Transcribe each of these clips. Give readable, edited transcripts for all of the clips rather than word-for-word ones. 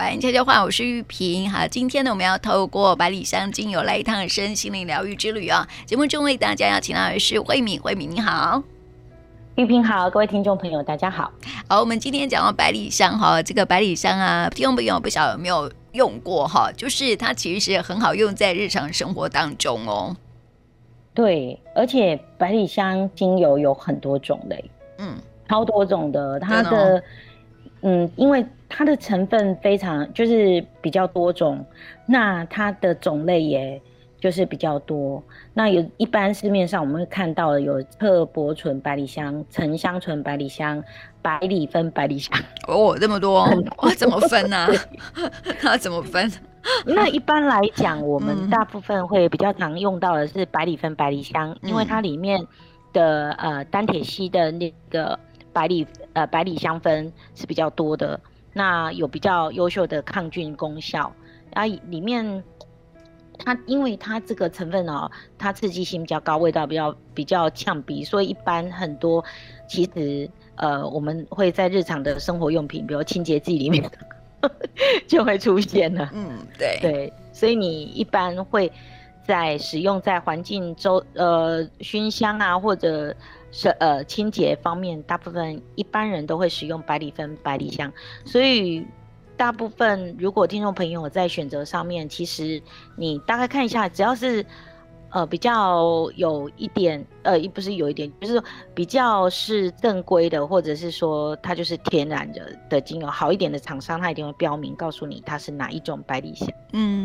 欢迎悄悄话，我是玉萍。好，今天呢，我们要透过百里香精油来一趟身心灵疗愈之旅啊。节目中为大家邀请到的是慧敏，慧敏你好。 玉萍好，各位听众朋友大家好。 好，我们今天讲到百里香哈，这个百里香啊，听众朋友不晓得有没有用过哈？就是它其实很好用在日常生活当中哦。 对，而且百里香精油有很多种类，超多种的。它的，因为它的成分非常就是比较多种，那它的种类也就是比较多。那有一般市面上我们会看到的有侧柏醇百里香、沉香醇百里香、百里芬百里香。 哦，这么多，哇，怎么分啊？它怎么分？ 那一般来讲，我们大部分会比较常用到的是百里芬百里香，因为它里面的单萜烯的那个百里香酚是比较多的，那有比较优秀的抗菌功效。然后里面因为它这个成分它刺激性比较高，味道比较呛鼻，所以一般很多其实我们会在日常的生活用品，比如清洁剂里面就会出现了。对，所以你一般会在使用在环境熏香啊，或者是清洁方面，大部分一般人都会使用百里芬百里香。所以大部分如果听众朋友在选择上面，其实你大概看一下，只要是比较有一点不是有一点，就是比较是正规的，或者是说它就是天然的精油，好一点的厂商它一定会标明告诉你它是哪一种百里香。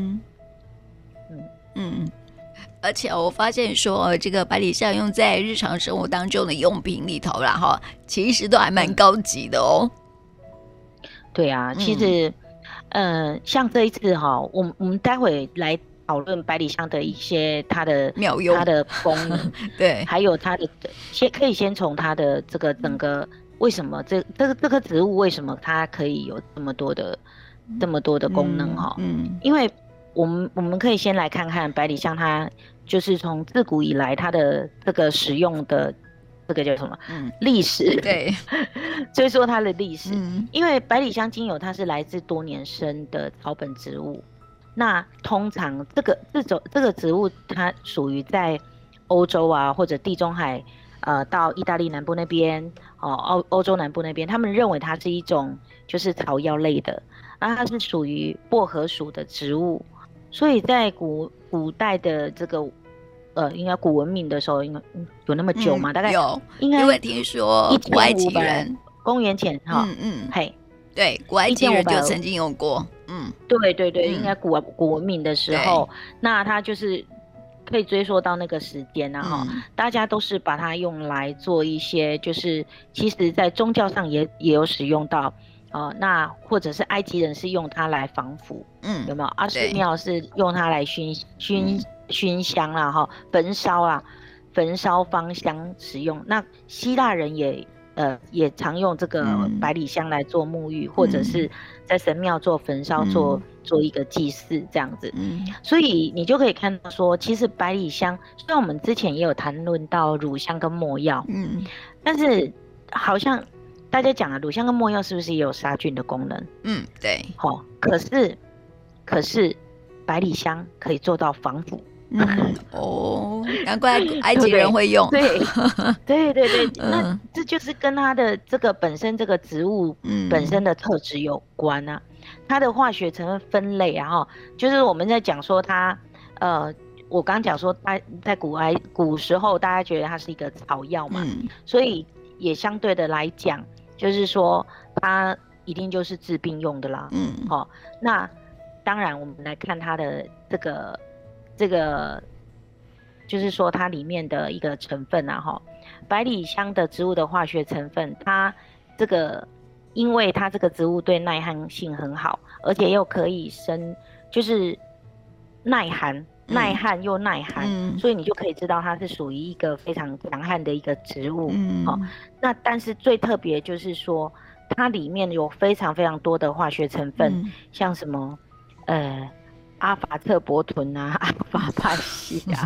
而且我发现说这个百里香用在日常生活当中的用品里头啦哈，其实都还蛮高级的哦。 对啊，其实像这一次我们待会来讨论百里香的一些它的妙用、 它的功能， 对， 还有它的可以先从它的这个整个为什么这个植物为什么它可以有这么多的功能因为我们可以先来看看百里香，它就是从自古以来它的这个使用的这个叫什么历史， 对， 所以说它的历史，因为百里香精油它是来自多年生的草本植物。那通常这个植物它属于在欧洲啊，或者地中海到意大利南部那边欧洲南部那边，他们认为它是一种就是草药类的，那它是属于薄荷属的植物，所以在古代的这个应该古文明的时候，应该有那么久吗？大概有， 应该因为听说古埃及人公元前嘿。 对，古埃及人就曾经用过， 对，应该古文明的时候，那它就是可以追溯到那个时间大家都是把它用来做一些，就是其实在宗教上也有使用到，那或者是埃及人是用它来防腐，有没有？阿斯庙是用它来熏香啦，焚烧芳香使用，那希腊人也常用这个百里香来做沐浴，或者是在神庙做焚烧，做一个祭祀这样子。所以你就可以看到说，其实百里香虽然我们之前也有谈论到乳香跟没药，但是好像大家讲乳香跟没药是不是也有杀菌的功能？ 对。 可是百里香可以做到防腐。 难怪埃及人会用。 对，那这就是跟它的这个本身这个植物本身的特质有关啊。它的化学成分分类就是我们在讲说它我刚讲说它在古时候大家觉得它是一个草药嘛，所以也相对的来讲，就是说它一定就是治病用的啦。那当然我们来看它的这个就是说它里面的一个成分百里香的植物的化学成分，它这个因为它这个植物对耐旱性很好，而且又可以就是耐旱又耐寒，所以你就可以知道它是属于一个非常强悍的一个植物。那但是最特别就是说它里面有非常非常多的化学成分，像什么阿法特柏醇啊，阿法派西啊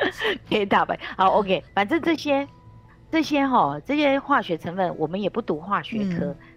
，K 大白，好 OK， 反正这些化学成分我们也不读化学科，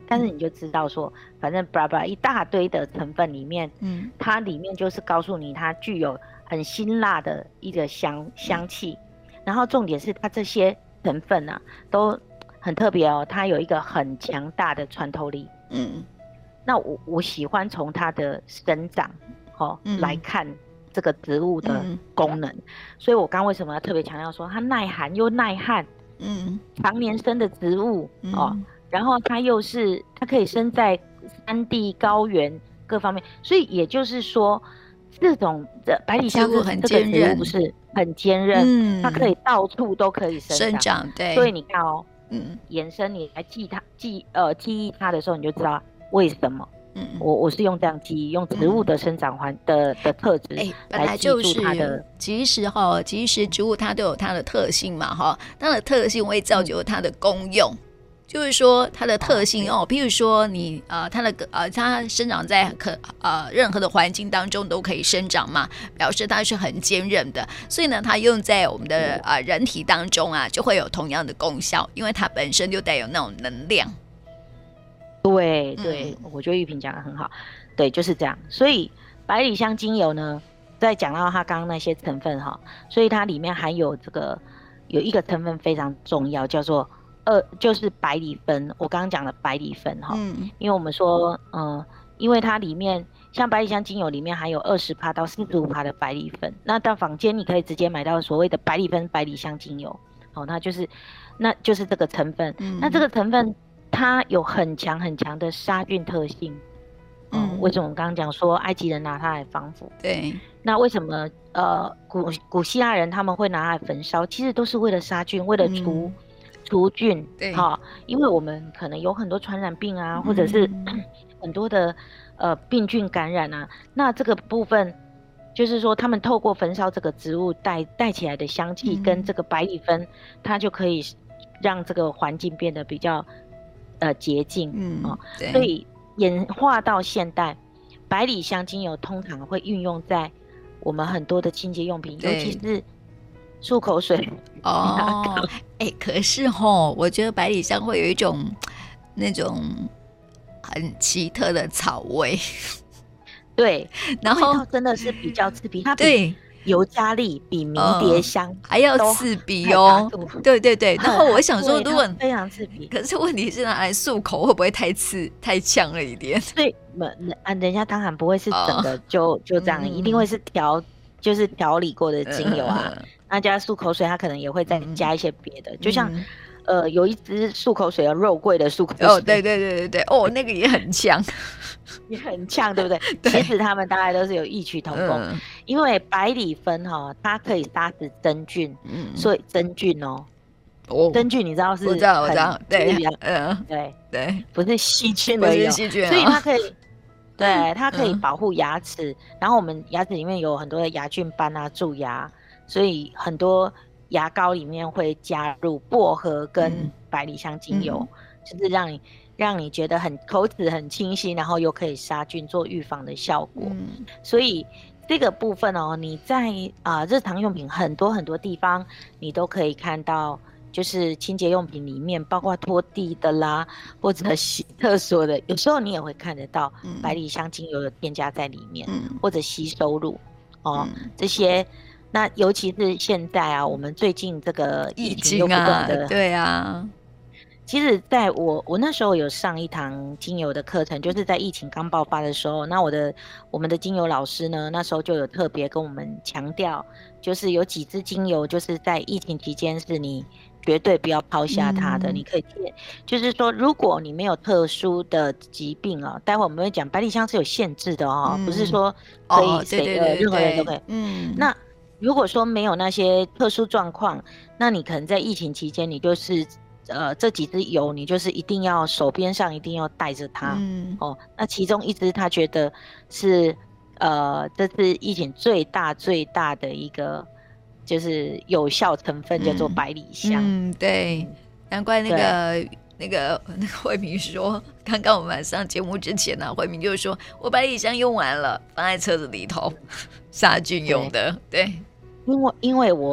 但是你就知道说，反正巴拉巴拉一大堆的成分里面，它里面就是告诉你它具有很辛辣的一个香气，然后重点是它这些成分啊都很特别哦，它有一个很强大的穿透力。那我喜欢从它的生长来看这个植物的功能，所以我刚为什么要特别强调说它耐寒又耐旱，常年生的植物然后它可以生在山地高原各方面，所以也就是说，这种的百里香这个植物不是很坚韧，它可以到处都可以生长， 对， 所以你看哦，延伸你来记忆它的时候，你就知道为什么。我是用这样记忆，用植物的生长的特质来记住它的。 其实植物它都有它的特性嘛，它的特性会造就它的功用。就是说它的特性譬如说你它生长在任何的环境当中都可以生长嘛，表示它是很坚韧的，所以呢它用在我们的人体当中啊就会有同样的功效，因为它本身就带有那种能量。 对对，我觉得玉萍讲得很好，对，就是这样。所以百里香精油呢，再讲到它刚刚那些成分所以它里面含有有一个成分非常重要，叫做就是百里酚。我刚刚讲的百里酚因为我们说因为它里面像百里香精油里面含有20%到45%的百里酚，那到坊间你可以直接买到所谓的百里酚百里香精油那就是这个成分。那这个成分它有很强很强的杀菌特性。为什么我刚刚讲说埃及人拿它来防腐？ 对。 那为什么古希腊人他们会拿它来焚烧？其实都是为了杀菌，为了除菌。 对。 因为我们可能有很多传染病啊，或者是很多的病菌感染啊。那这个部分就是说，他们透过焚烧这个植物带起来的香气，跟这个百里酚，它就可以让这个环境变得比较洁净。所以演化到现代，百里香精油通常会运用在我们很多的清洁用品，尤其是漱口水。 可是我觉得百里香会有一种那种很奇特的草味。 对， 然后味道真的是比较刺鼻，它比尤加利比迷迭香还要刺鼻哦。对对对，然后我想说，如果非常刺鼻， 可是问题是拿来漱口会不会太呛了一点？ 所以人家当然不会是整个就这样，一定会是就是调理过的精油啊。那加漱口水，它可能也会再加一些别的，就像有一支漱口水肉桂的漱口水。 对对对对对，那个也很呛。 也很呛，对不对？其实他们大概都是有异曲同工。因为百里酚它可以杀死真菌。所以真菌真菌你知道是我知道，对， 对，不是细菌而已， 所以它可以对，它可以保护牙齿。然后我们牙齿里面有很多的牙菌斑啊，蛀牙，所以很多牙膏里面会加入薄荷跟百里香精油，就是让你觉得口齿很清晰，然后又可以杀菌做预防的效果。所以这个部分你在日常用品很多很多地方你都可以看到，就是清洁用品里面，包括拖地的啦，或者洗厕所的，有时候你也会看得到百里香精油的添加在里面，或者吸收乳这些。那尤其是现在我们最近这个疫情又不断的， 对啊。 其实在我那时候有上一堂精油的课程，就是在疫情刚爆发的时候，那我们的精油老师呢，那时候就有特别跟我们强调，就是有几支精油就是在疫情期间是你绝对不要抛下它的。你可以就是说，如果你没有特殊的疾病待会我们会讲百里香是有限制的不是说可以任何人都可以。那如果说没有那些特殊状况，那你可能在疫情期间，你就是这几支油你就是一定要手边上一定要带着它。那其中一支他觉得是这是疫情最大的一个就是有效成分，叫做百里香。 对，难怪那个慧明说，刚刚我们上节目之前慧明就说我百里香用完了，放在车子里头杀菌用的。对， 因为我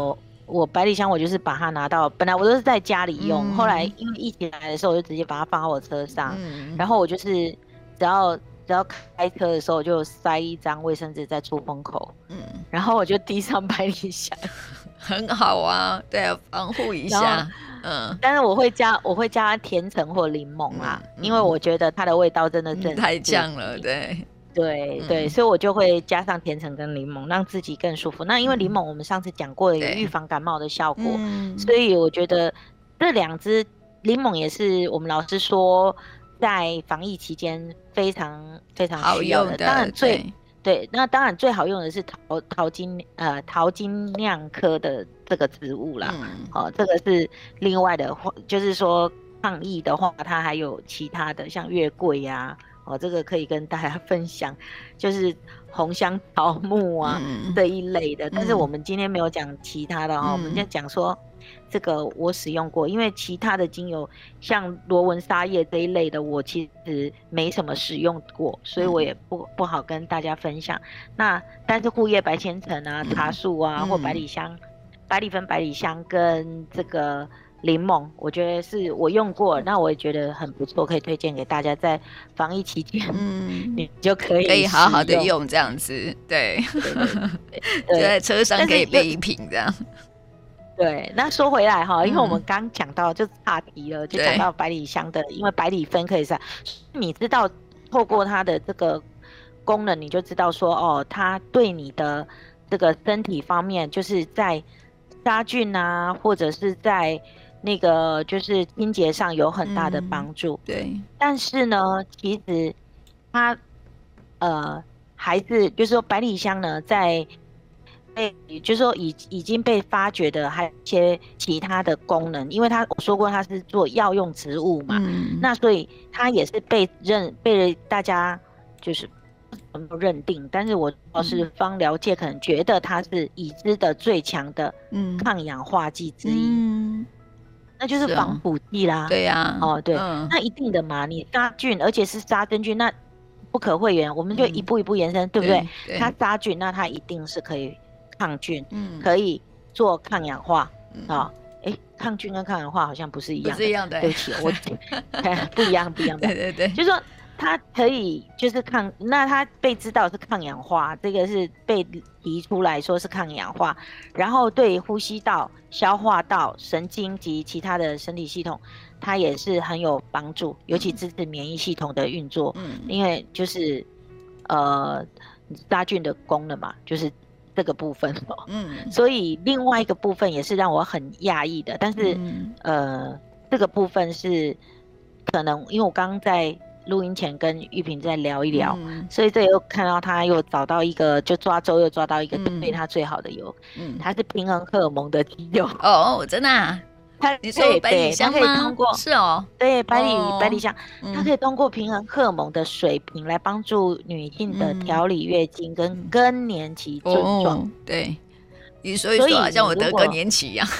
我百里香我就是把它拿到，本来我都是在家里用，后来因为疫情来的时候，我就直接把它放到我车上，然后我就是只要开车的时候，我就塞一张卫生纸在出风口，然后我就滴上百里香， 很好啊，对啊，防护一下。 但是我会加甜橙或柠檬啦，因为我觉得它的味道真的太呛了，对。 对，所以我就会加上甜橙跟柠檬，让自己更舒服。那因为柠檬我们上次讲过有预防感冒的效果，所以我觉得这2支柠檬也是我们老师说在防疫期间非常非常需要的。当然那当然最好用的是桃金酿科的这个植物啦。这个是另外的，就是说抗疫的话，它还有其他的像月桂啊。这个可以跟大家分享，就是红香桃木啊这一类的，但是我们今天没有讲其他的我们就讲说这个我使用过，因为其他的精油像罗纹沙叶这一类的，我其实没什么使用过，所以我也不好跟大家分享。那但是护叶白千层啊、茶树啊，或百里香、百里芬、百里香跟这个柠檬，我觉得是我用过，那我也觉得很不错，可以推荐给大家，在防疫期间，你就可以好好的用这样子，对，就在车上可以备一瓶这样。 对，那说回来因为我们刚讲到就岔题了，就讲到百里香的，因为百里芬可以晒，你知道透过它的这个功能，你就知道说它对你的这个身体方面，就是在杀菌啊，或者是在那个就是清洁上有很大的帮助。 对， 但是呢，其实它还是就是说百里香呢，在就是说已经被发掘的还有一些其他的功能，因为我说过它是做药用植物嘛，那所以它也是被大家就是认定，但是我是芳疗界可能觉得它是已知的最强的抗氧化剂之一，那就是防腐剂啦。 对呀， 对，那一定的嘛，你杀菌，而且是杀真菌，那不可讳言，我们就一步一步延伸，对不对？它杀菌，那它一定是可以抗菌，可以做抗氧化抗菌跟抗氧化好像不是一样的， 不是一样的， 对不起，我不一样， 对， 就是说它可以就是那它被知道是抗氧化，这个是被提出来说是抗氧化，然后对呼吸道、消化道、神经及其他的身体系统，它也是很有帮助，尤其支持免疫系统的运作，因为就是杀菌的功能嘛，就是这个部分所以另外一个部分也是让我很讶异的，但是这个部分是可能因为我刚刚在录音前跟玉萍在聊一聊，所以这又看到他又找到一个，就又抓到一个对他最好的油，它是平衡荷尔蒙的精油真的啊？你说百里香吗？ 可以通过是哦， 对，百里香，它可以通过平衡荷尔蒙的水平来帮助女性的调理月经跟更年期症状。 对，你说一说，好像我得更年期一样。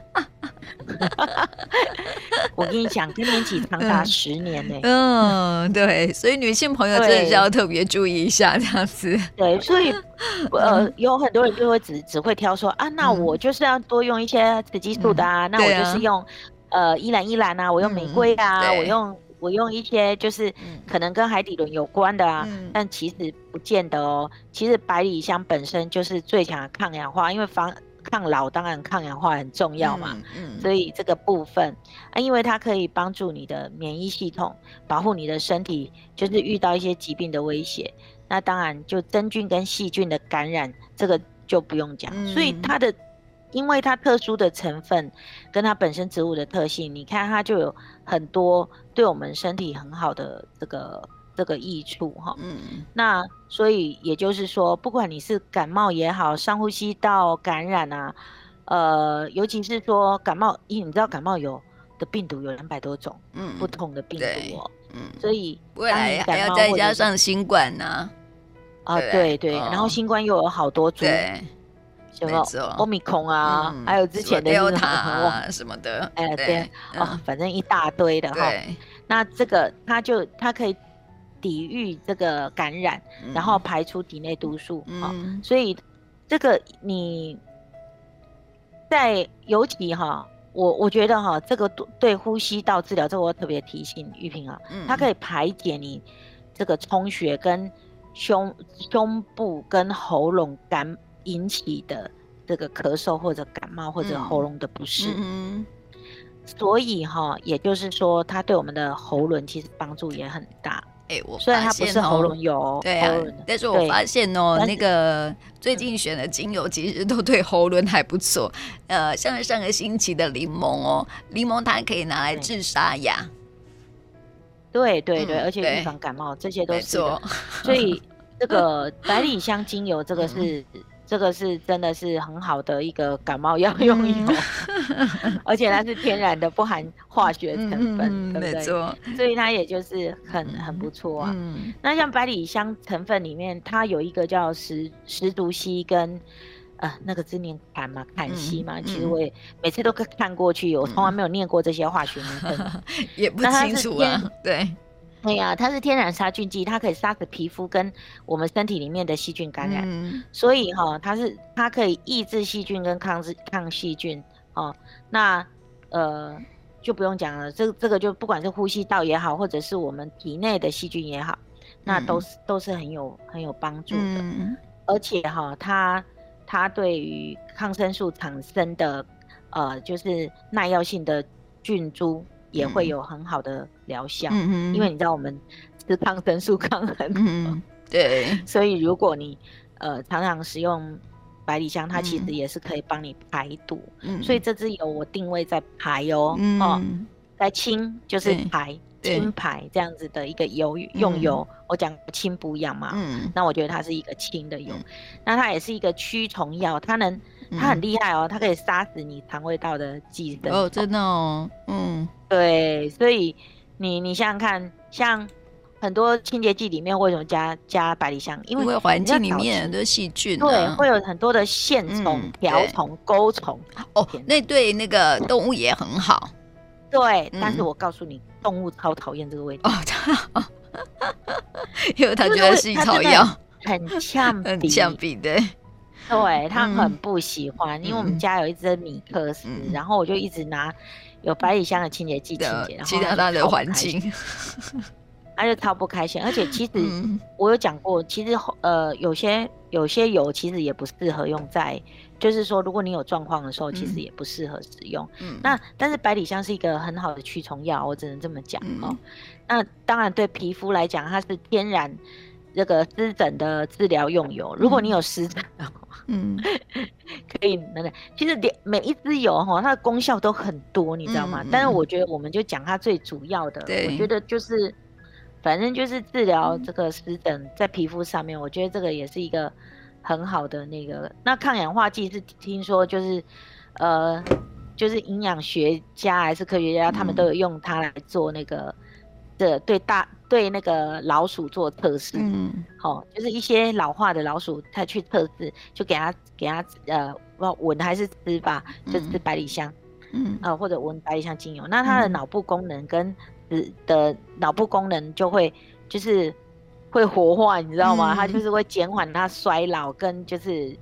我跟你讲，更年期长达10年呢。 对，所以女性朋友真的是要特别注意一下这样子。 对，所以有很多人就会只会挑说那我就是要多用一些雌激素的那我就是用依兰啊，我用玫瑰啊，我用一些就是可能跟海底轮有关的但其实不见得其实百里香本身就是最强的抗氧化，因为抗老当然抗氧化很重要嘛，所以这个部分因为它可以帮助你的免疫系统，保护你的身体，就是遇到一些疾病的威胁，那当然就真菌跟细菌的感染这个就不用讲，所以因为它特殊的成分跟它本身植物的特性，你看它就有很多对我们身体很好的这个益处那所以也就是说，不管你是感冒也好，上呼吸道感染尤其是说感冒，你知道感冒的病毒有200多种不同的病毒所以未来还要再加上新冠对，然后新冠又有好多株，什么 Omicron 还有之前的 Delta 什么的， 对反正一大堆的那这个它可以抵御这个感染，然后排出体内毒素所以这个你在尤其我觉得这个对呼吸道治疗，这个我特别提醒玉萍它可以排解你这个充血跟胸部跟喉咙引起的这个咳嗽或者感冒或者喉咙的不适。所以也就是说，它对我们的喉咙其实帮助也很大。虽然它不是喉咙油， 对啊，但是我发现那个最近选的精油其实都对喉咙还不错。像上个星期的柠檬柠檬它可以拿来治沙哑。 对，而且预防感冒，这些都是的。所以这个百里香精油，这个是真的是很好的一个感冒药用油，而且它是天然的，不含化学成分，对不对？没错。所以它也就是很不错啊。那像百里香成分里面，它有一个叫石竹烯跟那个字念坎嘛，坎烯嘛。其实我也每次都看过去，我从来没有念过这些化学名称， 也不清楚啊。 对呀，它是天然杀菌剂，它可以杀死皮肤跟我们身体里面的细菌感染，所以它可以抑制细菌跟抗细菌那就不用讲了，这个就不管是呼吸道也好，或者是我们体内的细菌也好，那都是很有帮助的。而且它对于抗生素产生的就是耐药性的菌株也会有很好的疗效。因为你知道我们吃抗生素抗很多，对，所以如果你常常使用百里香，它其实也是可以帮你排毒。所以这支油我定位在排在清就是排。清排这样子的一个用油，我讲清补养嘛，那我觉得它是一个清的油，那它也是一个驱虫药，它很厉害它可以杀死你肠胃道的寄生真的对，所以你想想看，像很多清洁剂里面为什么加百里香？因为环境里面很多细菌， 对，会有很多的线虫、瓢虫、钩虫那对那个动物也很好。 对，但是我告诉你，动物超讨厌这个味道因为他觉得是一草药， 很呛鼻， 对， 他很不喜欢。因为我们家有一只米克斯，然后我就一直拿有百里香的清洁剂清洁，然后其他的环境， 他就超不开心。而且其实我有讲过，其实有些油其实也不适合用在。就是说，如果你有状况的时候，其实也不适合使用。但是百里香是一个很好的驱虫药，我只能这么讲那当然对皮肤来讲，它是天然这个湿疹的治疗用油。如果你有湿疹的话，可以其实每一支油它的功效都很多，你知道吗？但是我觉得我们就讲它最主要的，我觉得就是反正就是治疗这个湿疹在皮肤上面，我觉得这个也是一个。很好的那抗氧化剂是听说就是营养学家还是科学家，他们都有用它来做对那个老鼠做测试。就是一些老化的老鼠，他去测试，就给他闻还是吃吧，就吃百里香，或者闻百里香精油，那它的脑部功能跟的脑部功能就会就是会活化，你知道吗？它就是会减缓它衰老跟就是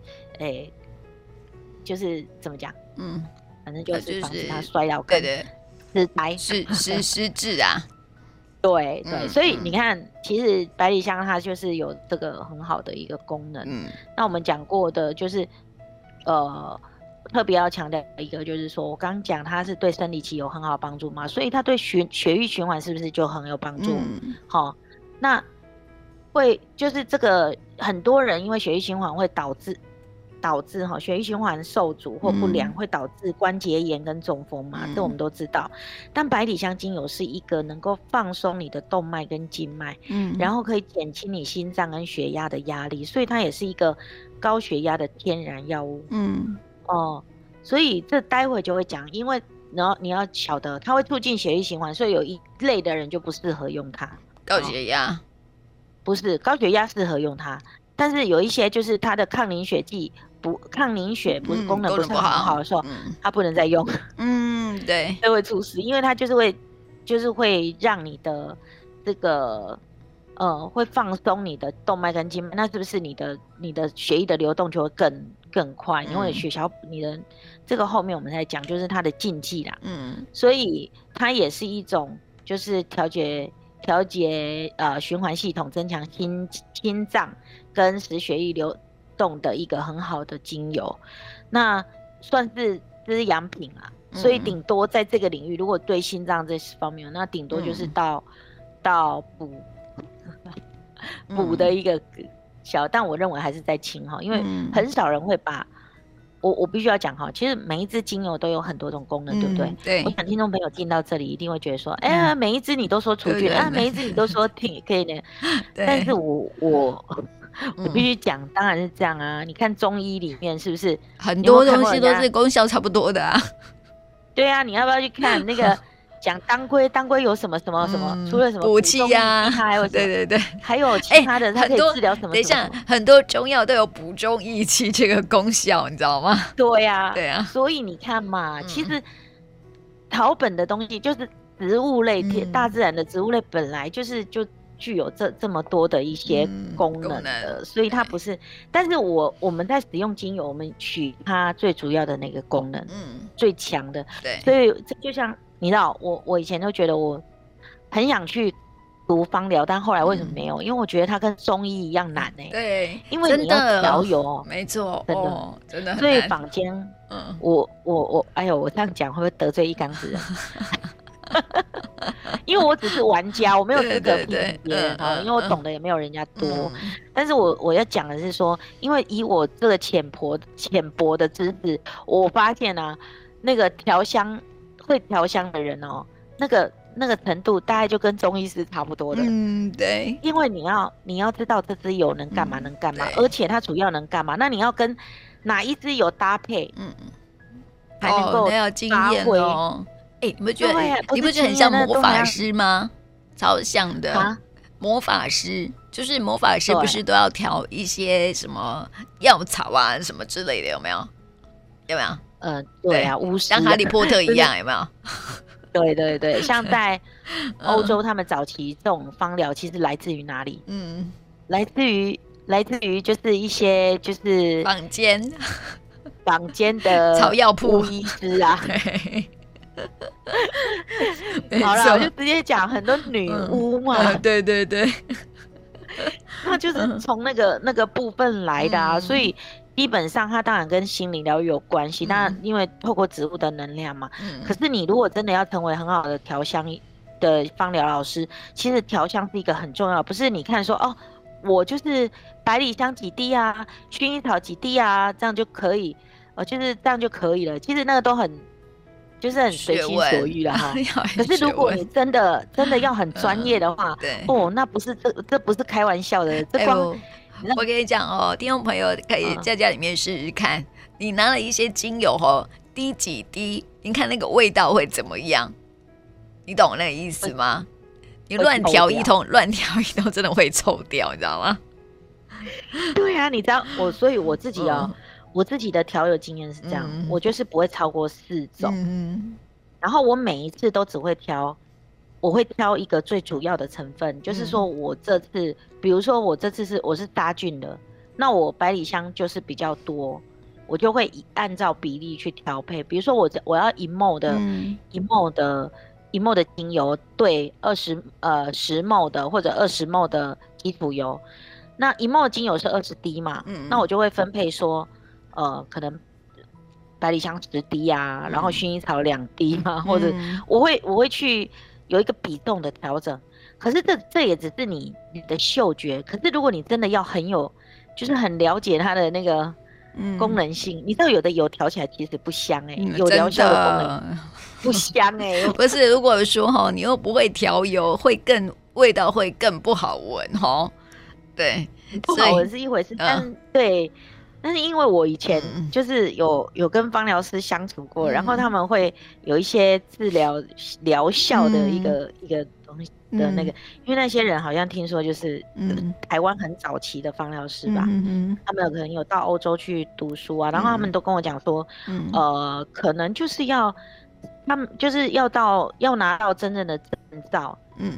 就是怎么讲？反正就是防止它衰老跟失呆失智啊。 对，所以你看，其实百里香它就是有这个很好的一个功能。那我们讲过的就是特别要强调一个，就是说我刚刚讲它是对生理期有很好的帮助嘛，所以它对血液循环是不是就很有帮助？那会就是这个很多人因为血液循环会导致血液循环受阻或不良，会导致关节炎跟中风嘛，这我们都知道。但百里香精油是一个能够放松你的动脉跟静脉，然后可以减轻你心脏跟血压的压力，所以它也是一个高血压的天然药物。所以这待会就会讲，因为你要晓得它会促进血液循环，所以有一类的人就不适合用它。 高血压不是，高血压适合用它，但是有一些就是它的抗凝血不是功能不是很好的时候，它不能再用。 对， 这会出事，因为它就是会让你的这个会放松你的动脉跟静脉，那是不是你的血液的流动就会更快？因为血小你的这个后面我们再讲，就是它的禁忌啦。所以它也是一种就是调节循环系统，增强心脏跟使血液流动的一个很好的精油。那算是滋养品啊，所以顶多在这个领域，如果对心脏这方面，那顶多就是到补的一个小，但我认为还是在轻哈，因为很少人会把。我必须要讲哈，其实每一支精油都有很多种功能，对不对？ 对。 我想听众朋友听到这里一定会觉得说，每一支你都说除菌，每一支你都说挺可以的。但是我必须讲，当然是这样啊。你看中医里面是不是很多东西都是功效差不多的啊？ 对啊，你要不要去看那个？讲当归有什么什么什么？除了什么补气呀， 还有对， 还有其他的，它可以治疗什么？ 等一下，很多中药都有补中益气这个功效，你知道吗？ 对呀， 对啊。 所以你看嘛，其实草本的东西就是植物类，大自然的植物类本来就具有这么多的一些功能的，所以它不是。但是我们在使用精油，我们取它最主要的那个功能，最强的。 对， 所以这就像。你知道我以前都觉得我很想去读芳疗，但后来为什么没有？因为我觉得它跟中医一样难对， 因为你要调油， 没错，真的很难。 所以坊间，我哎呦，我这样讲会不会得罪一缸子人？因为我只是玩家，我没有资格批评别人哈，因为我懂得也没有人家多。但是我要讲的是说，因为以我这个浅薄的知识，我发现啊，那个会调香的人哦，那个程度大概就跟中医师差不多的。 对。 因为你要知道这支油能干嘛，而且它主要能干嘛，那你要跟哪一支油搭配，才能够发挥。 你不觉得很像魔法师吗？超像的。魔法师就是魔法师，不是都要调一些什么药草啊什么之类的，有没有？对啊，巫师像哈利波特一样，有没有？ 对，像在欧洲，他们早期这种芳疗其实来自于哪里？来自于就是一些就是坊间的草药铺医师啊。好了，我就直接讲很多女巫嘛。 对， 那就是从那个部分来的啊，所以。基本上它当然跟心理疗愈有关系，那因为透过植物的能量嘛。可是你如果真的要成为很好的调香的芳疗老师，其实调香是一个很重要，不是你看说我就是百里香几滴啊，薰衣草几滴啊，这样就可以，就是这样就可以了。其实那个都很随心所欲啦哈。可是如果你真的要很专业的话，那不是这不是开玩笑的，这光。 我跟你讲听众朋友可以在家里面试试看，你拿了一些精油滴几滴，你看那个味道会怎么样？你懂那个意思吗？你乱调一通真的会臭掉，你知道吗？ 对啊，你知道所以我自己我自己的调油经验是这样，我就是不会超过4种，然后我每一次都只会挑。我会挑一个最主要的成分，就是说我这次，比如说我这次我是杀菌的，那我百里香就是比较多，我就会按照比例去调配。比如说我要1ml的精油对10 ml 的或者20 ml 的基础油，那1ml的精油是20滴嘛，那我就会分配说，可能百里香10滴啊，然后薰衣草2滴嘛，或者我会去。有一个比重的调整，可是这也只是你的嗅觉。可是如果你真的要就是很了解它的那个功能性，你知道有的油调起来其实不香有疗效的功能不香不是，如果说你又不会调油，味道会更不好闻对， 不好闻是一回事，但是因为我以前就是有跟芳疗师相处过，然后他们会有一些治疗疗效的一个东西的那个，因为那些人好像听说就是台湾很早期的芳疗师吧，他们可能有到欧洲去读书啊，然后他们都跟我讲说，可能就是他们就是要拿到真正的证照，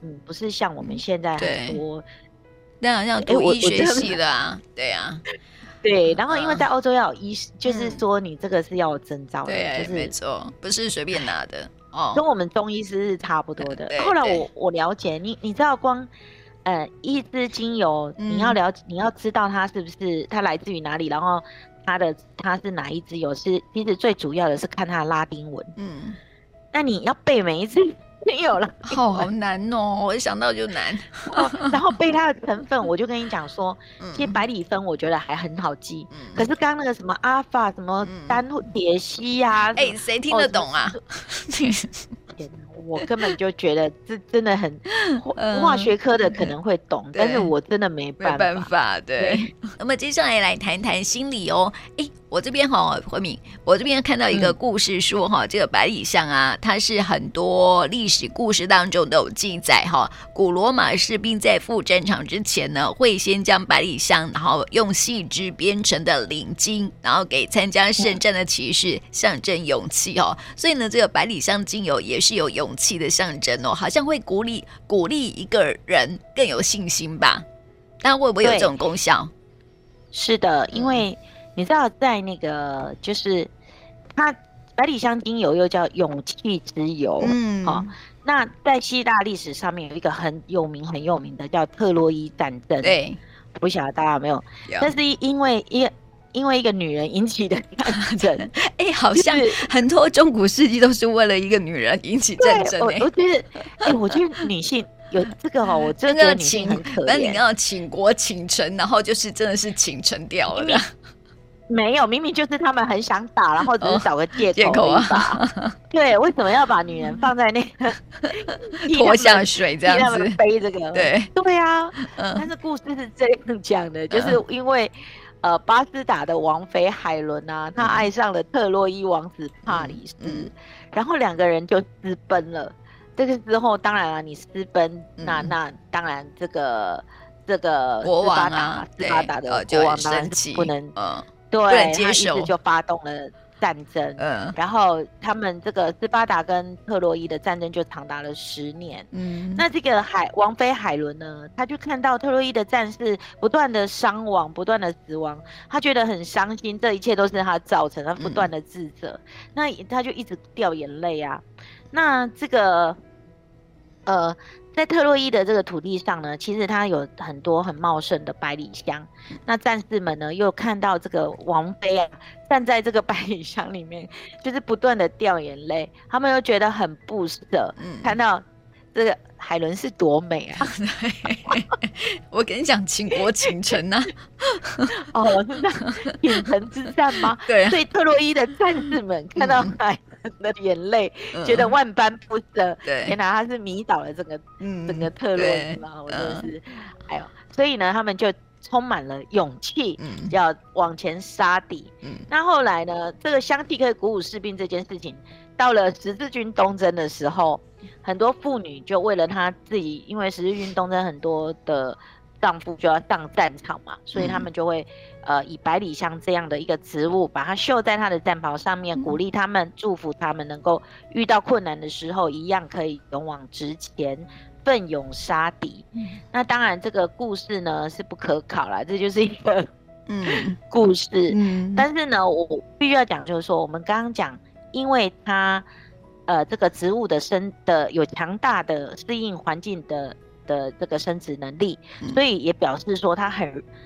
不是像我们现在很多， 那好像读医学系的啊，对啊。 对，然后因为在欧洲要有医师，就是说你这个是要有证照的， 对， 就是没错，不是随便拿的跟我们中医师是差不多的。后来我了解，你知道光一支精油，你要知道它是不是它来自于哪里，然后它是哪一支油，其实最主要的是看它的拉丁文。那你要背每一支精油了， 好难哦，我想到就难。 然后背它的成分，我就跟你讲说，其实百里芬我觉得还很好记，可是刚刚那个什么阿法什么单铁烯啊， 谁听得懂啊？ 天哪，我根本就觉得这真的很化学科的可能会懂，但是我真的没办法。对，那么接下来谈谈心理哦。我这边慧敏，我这边看到一个故事说这个百里香啊，它是很多历史故事当中都有记载古罗马士兵在赴战场之前呢，会先将百里香，然后用细枝编成的领巾，然后给参加圣战的骑士，象征勇气所以呢，这个百里香精油也是有勇气的象征好像会鼓励一个人更有信心吧？那会不会有这种功效？ 是的，因为你知道在那个就是它百里香精油又叫勇气之油，那在希腊历史上面有一个很有名的叫特洛伊战争， 对， 不晓得大家有没有？但是因为一个女人引起的战争， 好像很多中古世纪都是为了一个女人引起战争。 我觉得女性有这个我真的觉得女性很可怜。 那你要倾国倾城，然后就是真的是倾城掉了的。 没有，明明就是他们很想打，然后只是找个借口打。对，为什么要把女人放在那个拖下水这样子背这个？对啊，但是故事是这样讲的，就是因为巴斯达的王妃海伦啊，她爱上了特洛伊王子帕里斯，然后两个人就私奔了。这个之后，当然了，你私奔，那当然这个国王啊， 斯巴达的国王当然不能对，他于是就发动了战争，然后他们这个斯巴达跟特洛伊的战争就长达了10年。那这个王妃海伦呢，他就看到特洛伊的战士不断的伤亡，不断的死亡，他觉得很伤心，这一切都是他造成，他不断的自责，那他就一直掉眼泪啊。那这个在特洛伊的这个土地上呢，其实它有很多很茂盛的百里香。那战士们呢，又看到这个王妃啊，站在这个百里香里面，就是不断的掉眼泪，他们又觉得很不舍。看到这个海伦是多美啊！ 我跟你讲，倾国倾城啊！ 是这样，倾城之战吗？ 对， 所以特洛伊的战士们看到海伦的眼泪，觉得万般不舍。天哪，他是迷倒了整个特洛伊嘛！我真的是，所以呢，他们就充满了勇气，要往前杀敌。那后来呢，这个香气可以鼓舞士兵这件事情，到了十字军东征的时候，很多妇女就为了她自己，因为十字军东征很多的丈夫就要上战场嘛，所以他们就会以百里香这样的一个植物，把它绣在他的战袍上面，鼓励他们，祝福他们能够遇到困难的时候一样可以勇往直前，奋勇杀敌。那当然这个故事呢是不可考啦，这就是一个故事。但是呢，我必须要讲，就是说我们刚刚讲，因为它这个植物的有强大的适应环境的这个生殖能力，所以也表示说它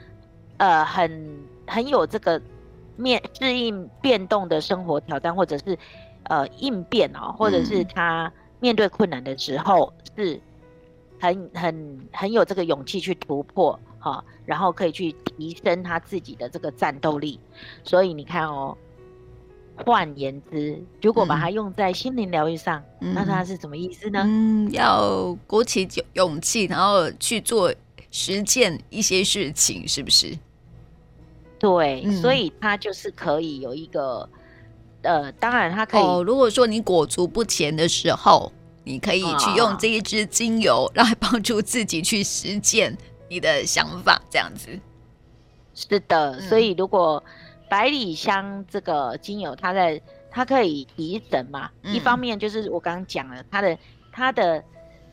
很有这个适应变动的生活挑战，或者是应变或者是他面对困难的时候是很有这个勇气去突破然后可以去提升他自己的这个战斗力。所以你看换言之，如果把它用在心灵疗愈上，那它是什么意思呢？ 要鼓起勇气，然后去做实践一些事情，是不是？ 对，所以它就是可以有一个当然它可以如果说你裹足不前的时候，你可以去用这一支精油来帮助自己去实践你的想法，这样子。 是的，所以如果百里香这个精油，它可以提神嘛。一方面就是我刚刚讲了，它的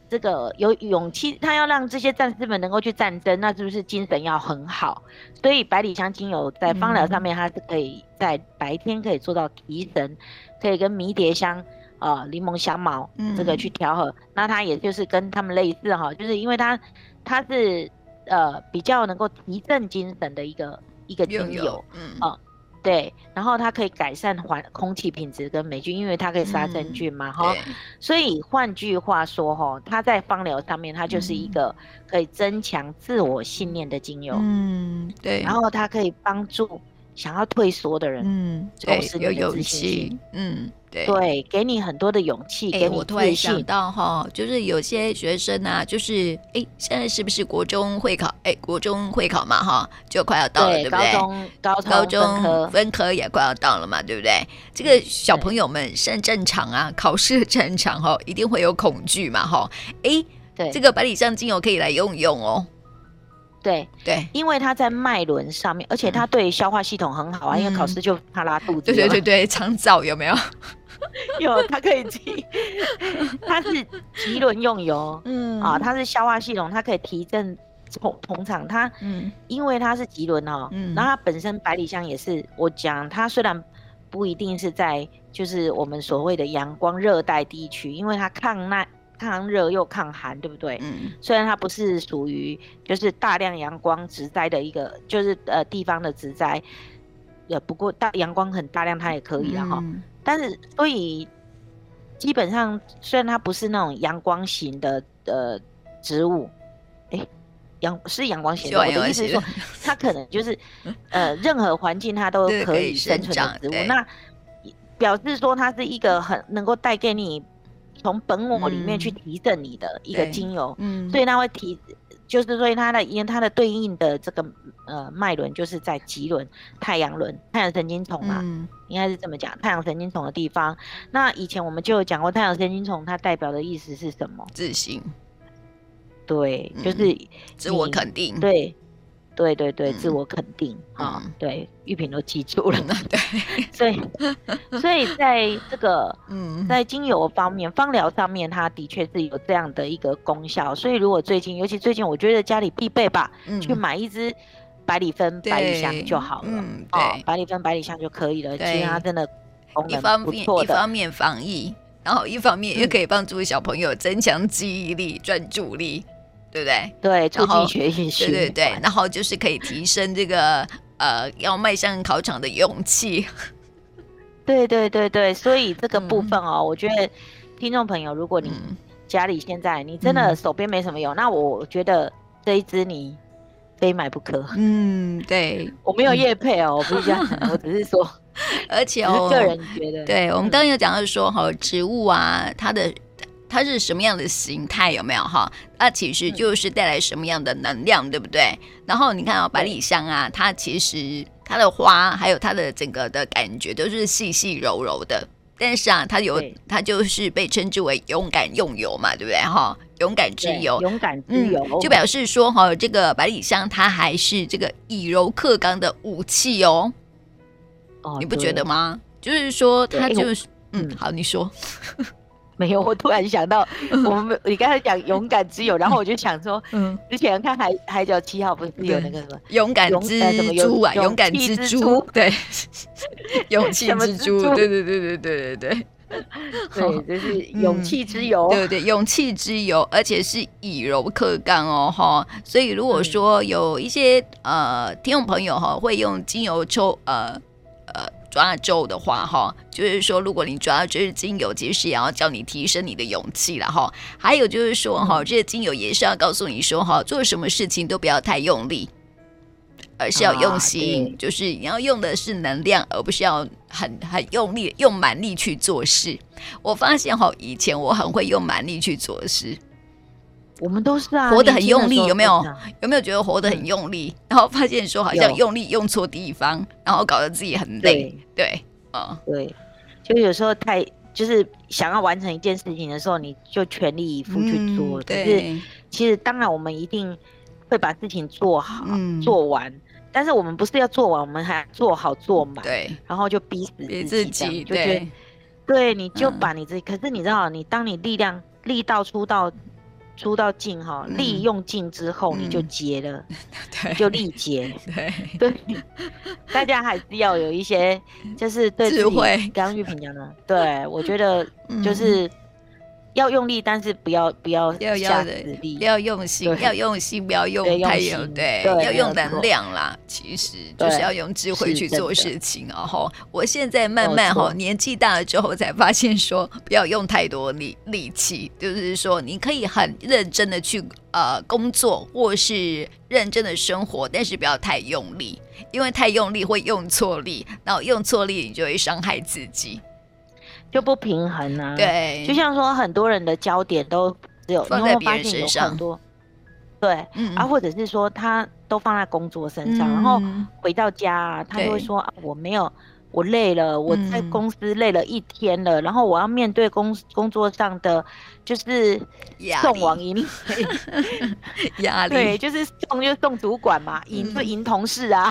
这个有勇气，他要让这些战士们能够去战争，那是不是精神要很好？所以百里香精油在芳疗上面，它是可以在白天可以做到提神，可以跟迷迭香、柠檬香茅这个去调和。那它也就是跟他们类似哈，就是因为它是比较能够提振精神的一个精油，对，然后它可以改善空气品质跟霉菌，因为它可以杀真菌嘛，所以换句话说，它在芳疗上面，它就是一个可以增强自我信念的精油， 对， 然后它可以帮助想要退缩的人， 对，有勇气， 对，给你很多的勇气，给你我突然想到就是有些学生啊，就是现在是不是国中会考？国中会考嘛，就快要到了，对不对？高中分科也快要到了嘛，对不对？这个小朋友们上战场啊，考试的战场一定会有恐惧嘛，对，这个百里香精油可以来用用哦。 对，因为它在脉轮上面，而且它对消化系统很好啊，因为考试就怕拉肚子。 对，肠燥有没有？ 有，它可以它是脐轮用油，它是消化系统，它可以提振通畅。它，因为它是脐轮然后它本身百里香也是，我讲它虽然不一定是在就是我们所谓的阳光热带地区，因为它抗热又抗寒，对不对？虽然它不是属于就是大量阳光植栽的一个就是地方的植栽，不过阳光很大量它也可以啦但是所以基本上虽然它不是那种阳光型的植物，是阳光型的，我的意思是说它可能就是任何环境它都可以生存的植物，那表示说它是一个很能够带给你从本我里面去提振你的一个精油，所以它会就是所以它的对应的这个脉轮就是在脐轮、太阳神经丛嘛，应该是这么讲，太阳神经丛的地方。那以前我们就有讲过，太阳神经丛它代表的意思是什么？ 自信。对， 就是自我肯定。 对，自我肯定对，玉萍都记住了。对，所以在这个在精油方面、芳疗上面，它的确是有这样的一个功效。所以如果尤其最近，我觉得家里必备吧，去买一支百里芬、百里香就好了。百里芬、百里香就可以了。其实它真的功能不错的。 一方面防疫，然后一方面也可以帮助小朋友增强记忆力、专注力。对不对？ 对，促进学习。 对，然后就是可以提升这个要迈向考场的勇气。 对，所以这个部分我觉得听众朋友，如果你家里现在你真的手边没什么油，那我觉得这一支你非买不可。 对， 我没有业配我不是这样讲，我只是说， 而且个人觉得， 对我们刚刚有讲到说植物啊，它是什么样的形态有没有那其实就是带来什么样的能量，对不对？然后你看百里香啊，它其实它的花还有它的整个的感觉都是细细柔柔的，但是它就是被称之为勇敢用油嘛，对不对勇敢之油， 勇敢之油， 就表示说这个百里香它还是这个以柔克刚的武器你不觉得吗？就是说它就是好，你说。 没有，我突然想到，你刚才讲勇敢之友，然后我就想说，之前看海角7号不是有那个什么勇敢之猪啊，勇敢之猪，对，勇气之猪，对， 就是勇气之油， 对，勇气之油，而且是以柔克刚所以如果说有一些听众朋友会用精油抽抓周的话就是说如果你抓这支精油，其实也要叫你提升你的勇气啦还有就是说这个精油也是要告诉你说做什么事情都不要太用力，而是要用心，就是你要用的是能量，而不是要很用力用蛮力去做事。我发现以前我很会用蛮力去做事， 我们都是活得很用力，有没有觉得活得很用力，然后发现说好像用力用错地方，然后搞得自己很累。对， 就有时候就是想要完成一件事情的时候，你就全力以赴去做。 对， 其实当然我们一定会把事情做好、做完，但是我们不是要做完，我们还做好做满。 对， 然后就逼死自己，就觉得对，你就把你自己。可是你知道，当你力道出到出到尽哈，力用尽之后你就结了，你就力结。对，大家还是要有一些就是对自己， 智慧。 刚刚玉萍讲的，对我觉得就是要用力，但是不要下死力， 要用心，要用心，不要用太用，对，要用能量啦。其实就是要用智慧去做事情。然后我现在慢慢年纪大了之后才发现说，不要用太多力气，就是说你可以很认真的去工作，或是认真的生活，但是不要太用力，因为太用力会用错力，然后用错力你就会伤害自己。 就不平衡啊， 对， 就像说很多人的焦点都只有放在别人身上， 很多对、或者是说他都放在工作身上，然后回到家他就会说我没有，我累了，我在公司累了一天了，然后我要面对工作上的就是送往迎来压力， 对，就是送主管嘛，就迎同事啊，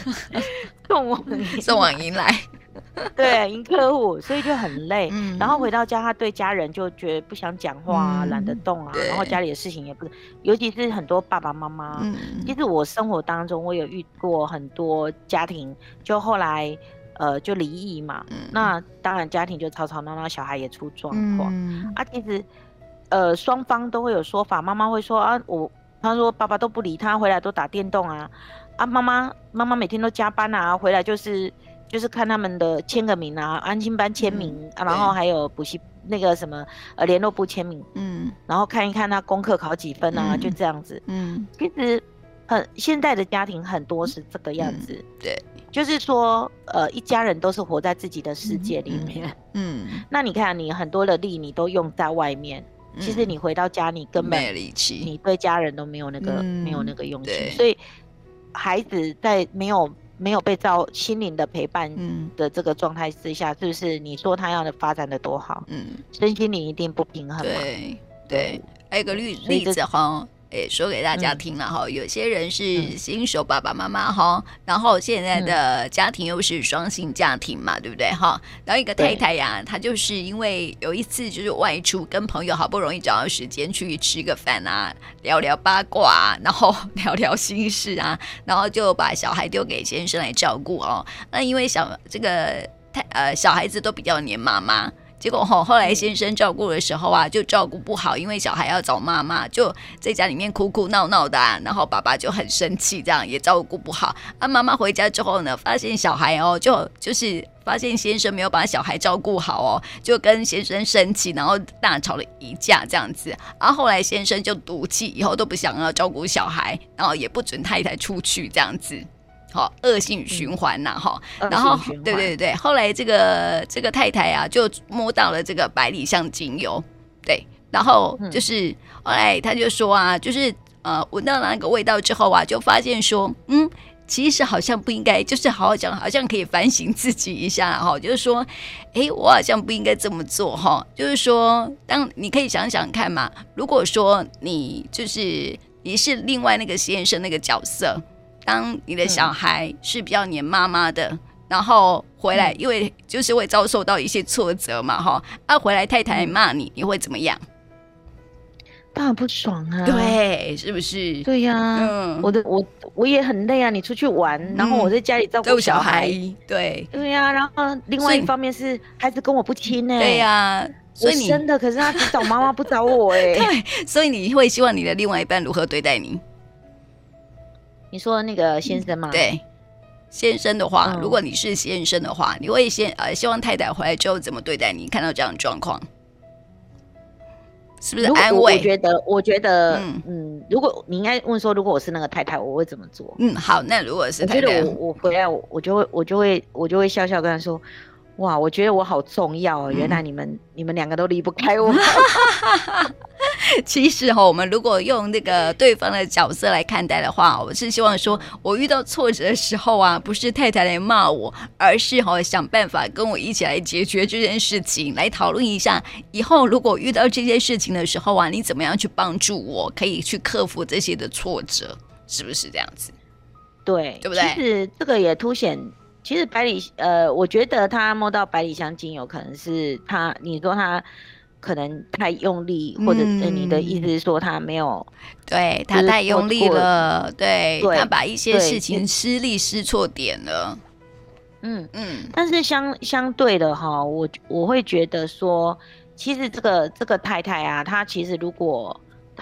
送往迎来。对，迎客户，所以就很累。然后回到家，他对家人就觉得不想讲话啊，懒得动啊。然后家里的事情也不，尤其是很多爸爸妈妈。其实我生活当中，我有遇过很多家庭，就后来就离异嘛。那当然家庭就吵吵闹闹，小孩也出状况。其实双方都会有说法，妈妈会说他说爸爸都不理他，回来都打电动啊。妈妈每天都加班啊，回来就是看他们的签个名啊，安亲班签名然后还有补习那个什么联络部签名，然后看一看他功课考几分啊，就这样子。其实现在的家庭很多是这个样子，对，就是说一家人都是活在自己的世界里面。那你看你很多的力你都用在外面，其实你回到家你根本没力气， 你对家人都没有那个用心，所以孩子在没有被心灵的陪伴的这个状态之下，是不是你说他要的发展的多好，身心灵一定不平衡嘛？ 对，还有一个例子哈，说给大家听了哈，有些人是新手爸爸妈妈哈，然后现在的家庭又是双薪家庭嘛，对不对哈？然后一个太太呀，她就是因为有一次就是外出跟朋友好不容易找到时间去吃个饭啊，聊聊八卦啊，然后聊聊心事啊，然后就把小孩丢给先生来照顾哦。那因为小孩子都比较黏妈妈。结果后来先生照顾的时候啊，就照顾不好，因为小孩要找妈妈，就在家里面哭哭闹闹的然后爸爸就很生气，这样也照顾不好。妈妈回家之后呢，发现小孩就是发现先生没有把小孩照顾好就跟先生生气，然后大吵了一架这样子。后来先生就赌气，以后都不想要照顾小孩，然后也不准太太出去这样子。恶性循环然后对，后来这个太太啊，就摸到了这个百里香精油，对，然后就是后来他就说啊，就是闻到那个味道之后啊，就发现说，其实好像不应该，就是好好讲，好像可以反省自己一下就是说，我好像不应该这么做就是说，当你可以想想看嘛，如果说你是另外那个先生那个角色。当你的小孩是比较黏妈妈的，然后回来，因为就是会遭受到一些挫折嘛，回来太太骂你，你会怎么样？ 当然不爽啊！ 对，是不是？ 对呀，我也很累啊！你出去玩，然后我在家里照顾小孩， 对呀，然后另外一方面是孩子跟我不亲对呀，所以我生的，可是他只找妈妈不找我对，所以你会希望你的另外一半如何对待你？ 你说那个先生吗？ 对，先生的话，如果你是先生的话，你会希望太太回来之后怎么对待你？看到这样的状况，是不是安慰？ 我觉得，如果你应该问说，如果我是那个太太，我会怎么做？ 好，那如果是太太， 我觉得我回来，我就会笑笑跟他说。哇，我觉得我好重要原来你们两个都离不开我。 其实我们如果用那个对方的角色来看待的话，我是希望说，我遇到挫折的时候啊，不是太太来骂我，而是想办法跟我一起来解决这件事情，来讨论一下以后如果遇到这些事情的时候啊，你怎么样去帮助我，可以去克服这些的挫折，是不是这样子？ 对， 对不对？ 其实这个也凸显。其实我觉得他摸到百里香精油，可能是你说他可能太用力，或者你的意思是说他没有， 对他太用力了，对他把一些事情失力失错点了。 但是相对的哈，我会觉得说，其实这个太太啊，她其实如果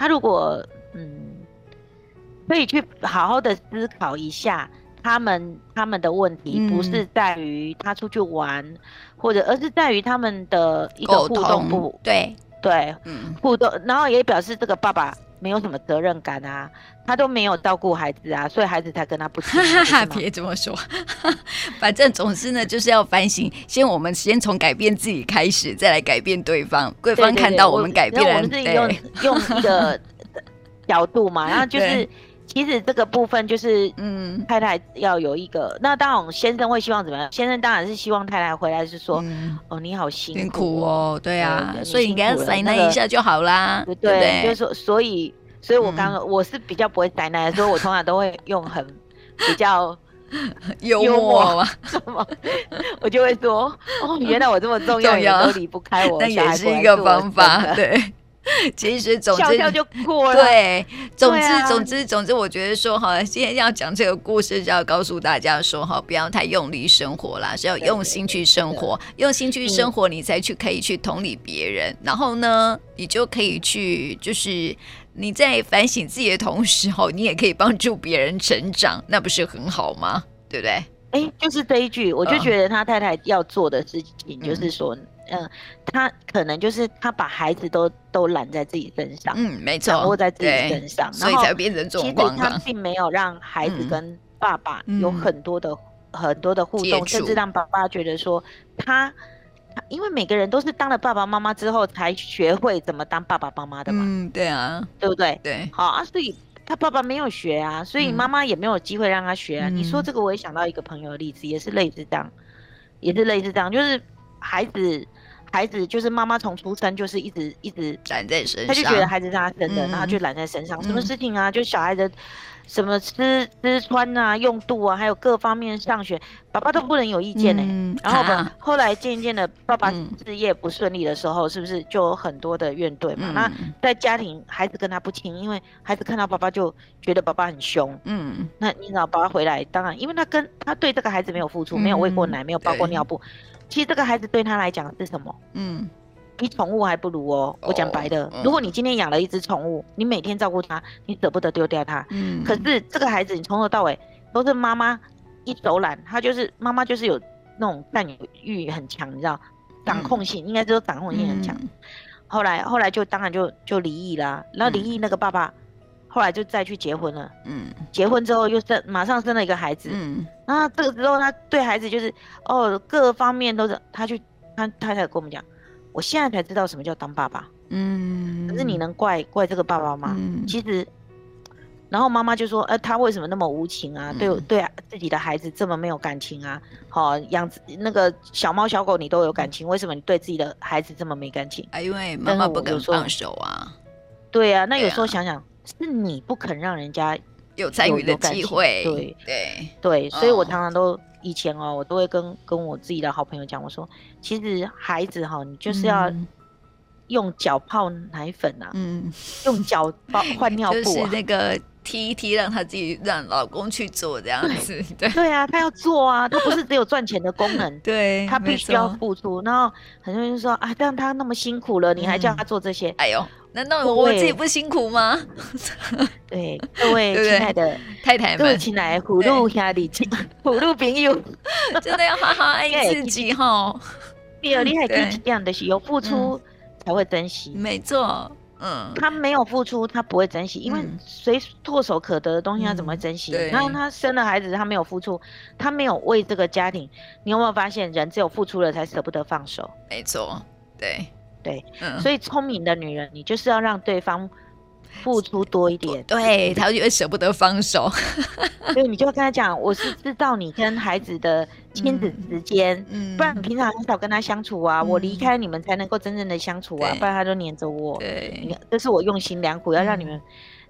可以去好好的思考一下他们的问题，不是在于他出去玩，而是在于他们的一个互动不对， 互动，然后也表示这个爸爸没有什么责任感啊，他都没有照顾孩子啊，所以孩子才跟他不亲。 别这么说，反正总之呢，就是要反省。我们先从改变自己开始，再来改变对方。对方看到我们改变了， 我们是用一个角度嘛，然后就是。其实这个部分就是，太太要有一个，那当然先生会希望怎么样？先生当然是希望太太回来是说，哦，你好辛苦哦， 对啊，所以你给他塞那一下就好啦，对不对？ 就是说，所以我刚刚我是比较不会塞那的，所以我通常都会用很比较幽默嘛， 我就会说，哦，原来我这么重要，你都离不开我， 那也是一个方法，对。其实总之笑笑就过了。 对，总之，我觉得说哈，今天要讲这个故事，就要告诉大家说哈，不要太用力生活啦，是要用心去生活，用心去生活，你才可以去同理别人。然后呢，你就可以去，就是你在反省自己的同时哈，你也可以帮助别人成长，那不是很好吗？对不对？ 就是这一句，我就觉得他太太要做的事情，就是说。他可能就是他把孩子都揽在自己身上， 没错， 掌握在自己身上， 所以才变成这种状况。 其实他并没有让孩子跟爸爸有很多的互动，甚至让爸爸觉得说他，因为每个人都是当了爸爸妈妈之后才学会怎么当爸爸妈妈的嘛， 对啊， 对不对？ 对， 好啊，所以他爸爸没有学啊，所以妈妈也没有机会让他学啊。你说这个，我也想到一个朋友的例子，也是类似这样，就是孩子就是妈妈从出生就是一直揽在身上， 他就觉得孩子是他生的，然后就揽在身上，什么事情啊，就小孩的什么吃穿啊、用度啊，还有各方面上学，爸爸都不能有意见呢。然后后来渐渐的，爸爸事业不顺利的时候，是不是就有很多的怨怼嘛？那在家庭，孩子跟他不亲，因为孩子看到爸爸就觉得爸爸很凶。那你知道爸爸回来，当然因为他对这个孩子没有付出，没有喂过奶，没有包过尿布。其实这个孩子对他来讲是什么？比宠物还不如哦。我讲白的，如果你今天养了一只宠物，你每天照顾它，你舍不得丢掉它。可是这个孩子，你从头到尾都是妈妈一手揽，妈妈就是有那种占有欲很强，你知道，掌控性，应该说掌控性很强。后来就当然就离异啦，然后离异那个爸爸。后来就再去结婚了，结婚之后又马上生了一个孩子，然后这个时候他对孩子就是各方面都是他才跟我们讲，我现在才知道什么叫当爸爸，可是你能怪这个爸爸吗？其实，然后妈妈就说，他为什么那么无情啊？对自己的孩子这么没有感情啊？养那个小猫小狗你都有感情，为什么你对自己的孩子这么没感情？ 因为妈妈不肯放手啊。 对啊，那有时候想想。是你不肯让人家有参与的机会， 对，所以我常常都以前我都会跟我自己的好朋友讲，我说其实孩子你就是要用脚泡奶粉啊，用脚换尿布啊， 就是那个踢一踢，让他自己让老公去做这样子， 对啊，他要做啊，他不是只有赚钱的功能， 对， 他必须要付出。然后很多人就说啊，这样他那么辛苦了，你还叫他做这些， 哎呦。难道我自己不辛苦吗？ 对，各位亲爱的太太们， 各位亲爱的虎鹿兄弟、虎鹿朋友， 真的要好好爱自己哈。 第二，你还可以这样的是有付出才会珍惜， 没错。 他没有付出，他不会珍惜，因为随唾手可得的东西，他怎么会珍惜？然后他生了孩子，他没有付出，他没有为这个家庭，你有没有发现，人只有付出了才舍不得放手？ 没错，对， 所以聪明的女人，你就是要让对方付出多一点， 对，他就会舍不得放手。 所以你就跟他讲，我是知道你跟孩子的亲子时间，不然你平常很少跟他相处啊，我离开你们才能够真正的相处啊，不然他都黏着我。对，这是我用心良苦，要让你们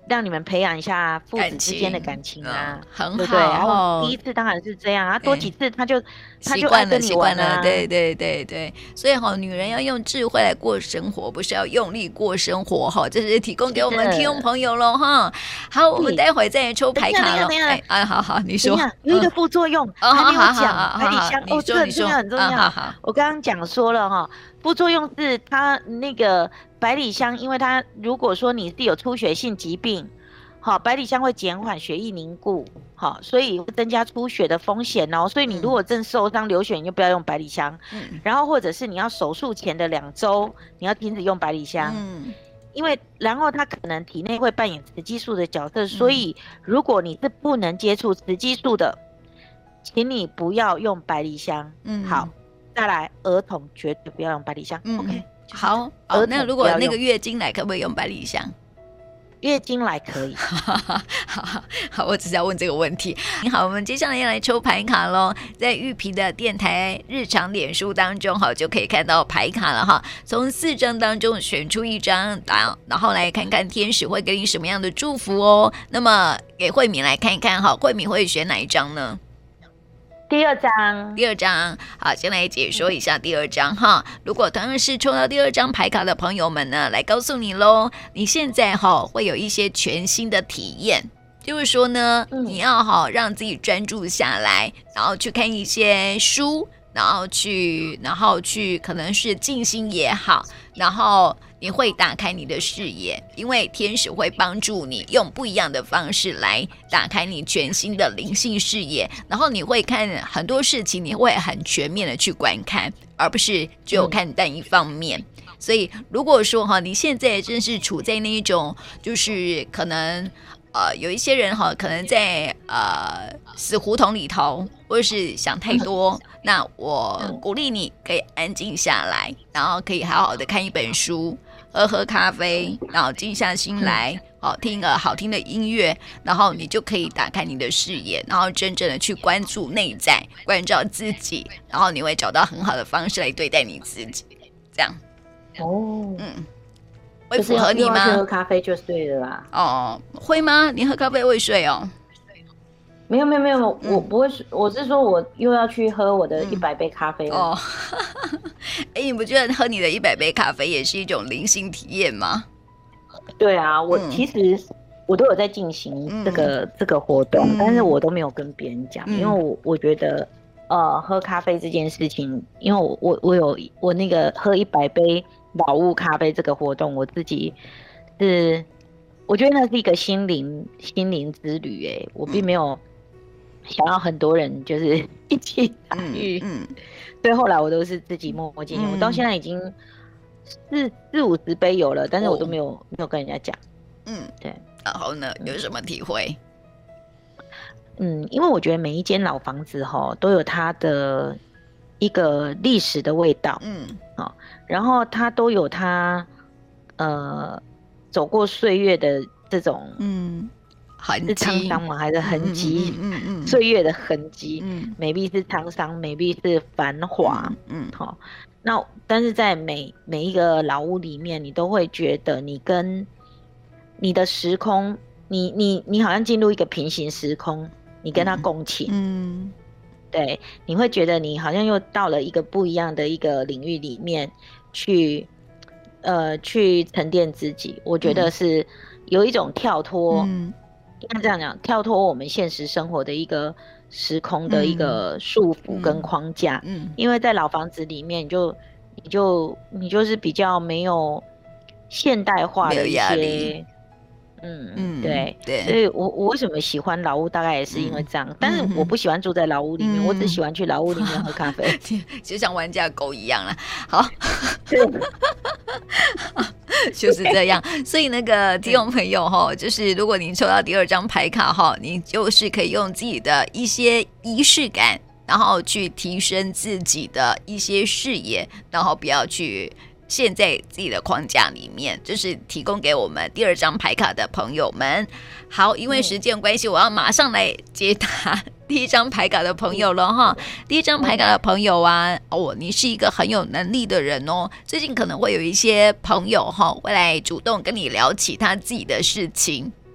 让你们培养一下父子之间的感情啊，对不对？然后第一次当然是这样啊，多几次他就爱跟你玩啊， 对对对对，所以女人要用智慧来过生活，不是要用力过生活这是提供给我们听众朋友咯哈。好，我们待会再抽牌卡咯。好，你说。 有一个副作用还没有讲，百里香这个真的很重要。我刚刚讲说了哈，副作用是它那个百里香，因为它如果说你是有出血性疾病，好，百里香会减缓血液凝固，好，所以会增加出血的风险哦。所以你如果正受伤流血，你就不要用百里香。然后或者是你要手术前的2周，你要停止用百里香。因为然后它可能体内会扮演雌激素的角色，所以如果你是不能接触雌激素的，请你不要用百里香。好，再来儿童绝对不要用百里香。OK， 好，那如果那个月经来可不可以用百里香？ 月经来可以。 好，我只是要问这个问题。好，我们接下来要来抽牌卡咯，在玉萍的电台日常脸书当中就可以看到牌卡了哈。从4张当中选出1张，然后来看看天使会给你什么样的祝福哦。那么给慧敏来看一看哈，慧敏会选哪一张呢？ 第二张， 好，先来解说一下第2张哈。如果同样是抽到第2张牌卡的朋友们呢，来告诉你咯，你现在会有一些全新的体验，就是说呢，你要让自己专注下来，然后去看一些书，然后去可能是静心也好，然后你会打开你的视野，因为天使会帮助你用不一样的方式来打开你全新的灵性视野，然后你会看很多事情，你会很全面的去观看，而不是只有看单一方面。所以如果说你现在正是处在那一种就是可能有一些人可能在死胡同里头，或者是想太多，那我鼓励你可以安静下来，然后可以好好的看一本书，喝咖啡，然后静下心来，听个好听的音乐，然后你就可以打开你的视野，然后真正的去关注内在，关照自己，然后你会找到很好的方式来对待你自己，这样。会符合你吗？ 就是喝咖啡就睡了啦。 会吗？你喝咖啡会睡哦？ 没有，我不会，我是说我又要去喝我的100杯咖啡了。 你不觉得喝你的100杯咖啡也是一种灵性体验吗？ 对啊，我其实我都有在进行这个活动，但是我都没有跟别人讲，因为我觉得喝咖啡这件事情，因为我有我那个喝100杯老屋咖啡这个活动，我自己是我觉得那是一个心灵之旅我并没有想要很多人就是一起参与，所以后来我都是自己默默经营，我到现在已经40-50杯有了，但是我都没有跟人家讲。对。 然后呢，有什么体会？ 因为我觉得每一间老房子都有它的一个历史的味道，然后它都有它走过岁月的这种痕迹， 是沧桑吗？还是痕迹？岁月的痕迹，maybe 是沧桑，maybe 是繁华，那但是在每一个老屋里面，你都会觉得你跟你的时空，你好像进入一个平行时空，你跟他共情，对，你会觉得你好像又到了一个不一样的一个领域里面去沉淀自己。我觉得是有一种跳脱，应该这样讲，跳脱我们现实生活的一个时空的一个束缚跟框架。因为在老房子里面，你就是比较没有现代化的一些。对，所以我为什么喜欢老屋，大概也是因为这样。但是我不喜欢住在老屋里面，我只喜欢去老屋里面喝咖啡， 就像玩家狗一样啦。好，就是这样。所以那个听众朋友就是如果你抽到第2张牌卡你就是可以用自己的一些仪式感，然后去提升自己的一些视野，然后不要去陷在自己的框架里面，这是提供给我们第2张牌卡的朋友们。好，因为时间关系，我要马上来解答第1张牌卡的朋友了哈。第1张牌卡的朋友啊，你是一个很有能力的人哦。最近可能会有一些朋友会来主动跟你聊起他自己的事情，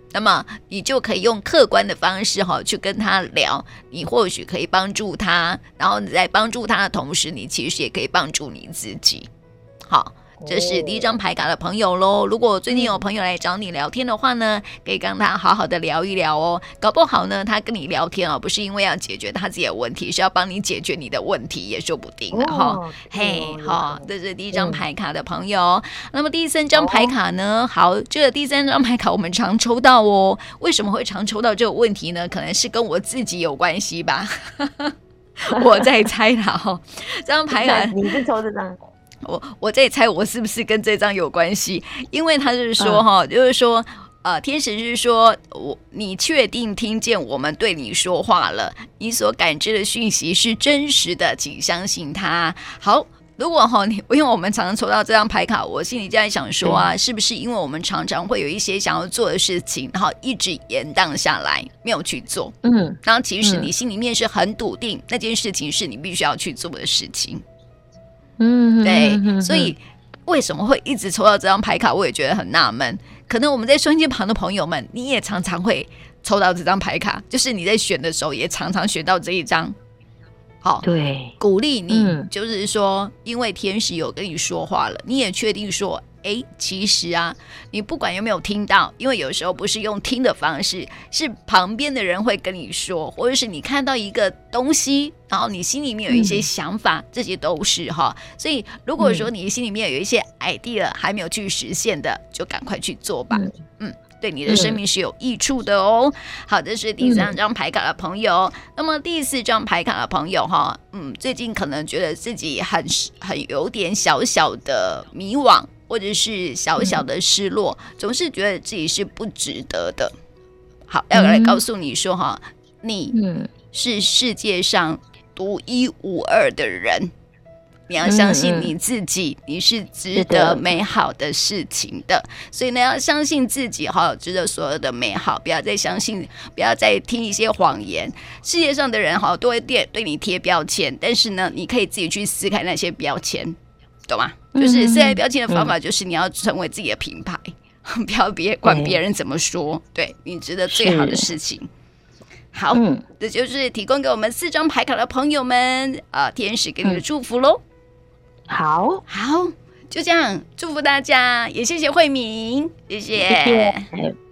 那么你就可以用客观的方式去跟他聊，你或许可以帮助他，然后你在帮助他的同时，你其实也可以帮助你自己。好，这是第一张牌卡的朋友咯。如果最近有朋友来找你聊天的话呢，可以跟他好好的聊一聊哦。搞不好呢，他跟你聊天不是因为要解决他自己的问题，是要帮你解决你的问题也说不定嘿，这是第一张牌卡的朋友。那么第三张牌卡呢？好，这个第三张牌卡我们常抽到哦。为什么会常抽到这个问题呢？可能是跟我自己有关系吧。我在猜啦这张牌卡你是抽这张？ 我在猜我是不是跟这张有关系，因为他就是说就是说天使是说你确定听见我们对你说话了，你所感知的讯息是真实的，请相信它。好，如果因为我们常常抽到这张牌卡，我心里就在想说是不是因为我们常常会有一些想要做的事情，然后一直延宕下来没有去做，然后其实你心里面是很笃定那件事情是你必须要去做的事情。对，所以为什么会一直抽到这张牌卡，我也觉得很纳闷。可能我们在收音机旁的朋友们，你也常常会抽到这张牌卡，就是你在选的时候也常常选到这一张。好， 对， 鼓励你，就是说，因为天使有跟你说话了，你也确定说，其实你不管有没有听到，因为有时候不是用听的方式，是旁边的人会跟你说，或者是你看到一个东西，然后你心里面有一些想法，这些都是所以如果说你心里面有一些 idea 还没有去实现的，就赶快去做吧。对你的生命是有益处的哦。好，这是第三张牌卡的朋友。那么第四张牌卡的朋友最近可能觉得自己很有点小小的迷惘，或者是小小的失落，总是觉得自己是不值得的。好，要来告诉你说你是世界上独一无二的人，你要相信你自己，你是值得美好的事情的。所以呢，要相信自己值得所有的美好，不要再相信，不要再听一些谎言。世界上的人都会对你贴标签，但是呢，你可以自己去撕开那些标签，懂吗？就是撕开标签的方法，就是你要成为自己的品牌，不要管别人怎么说，对你值得最好的事情。好，这就是提供给我们4张牌卡的朋友们天使给你的祝福咯。好，就这样，祝福大家，也谢谢慧敏，谢谢。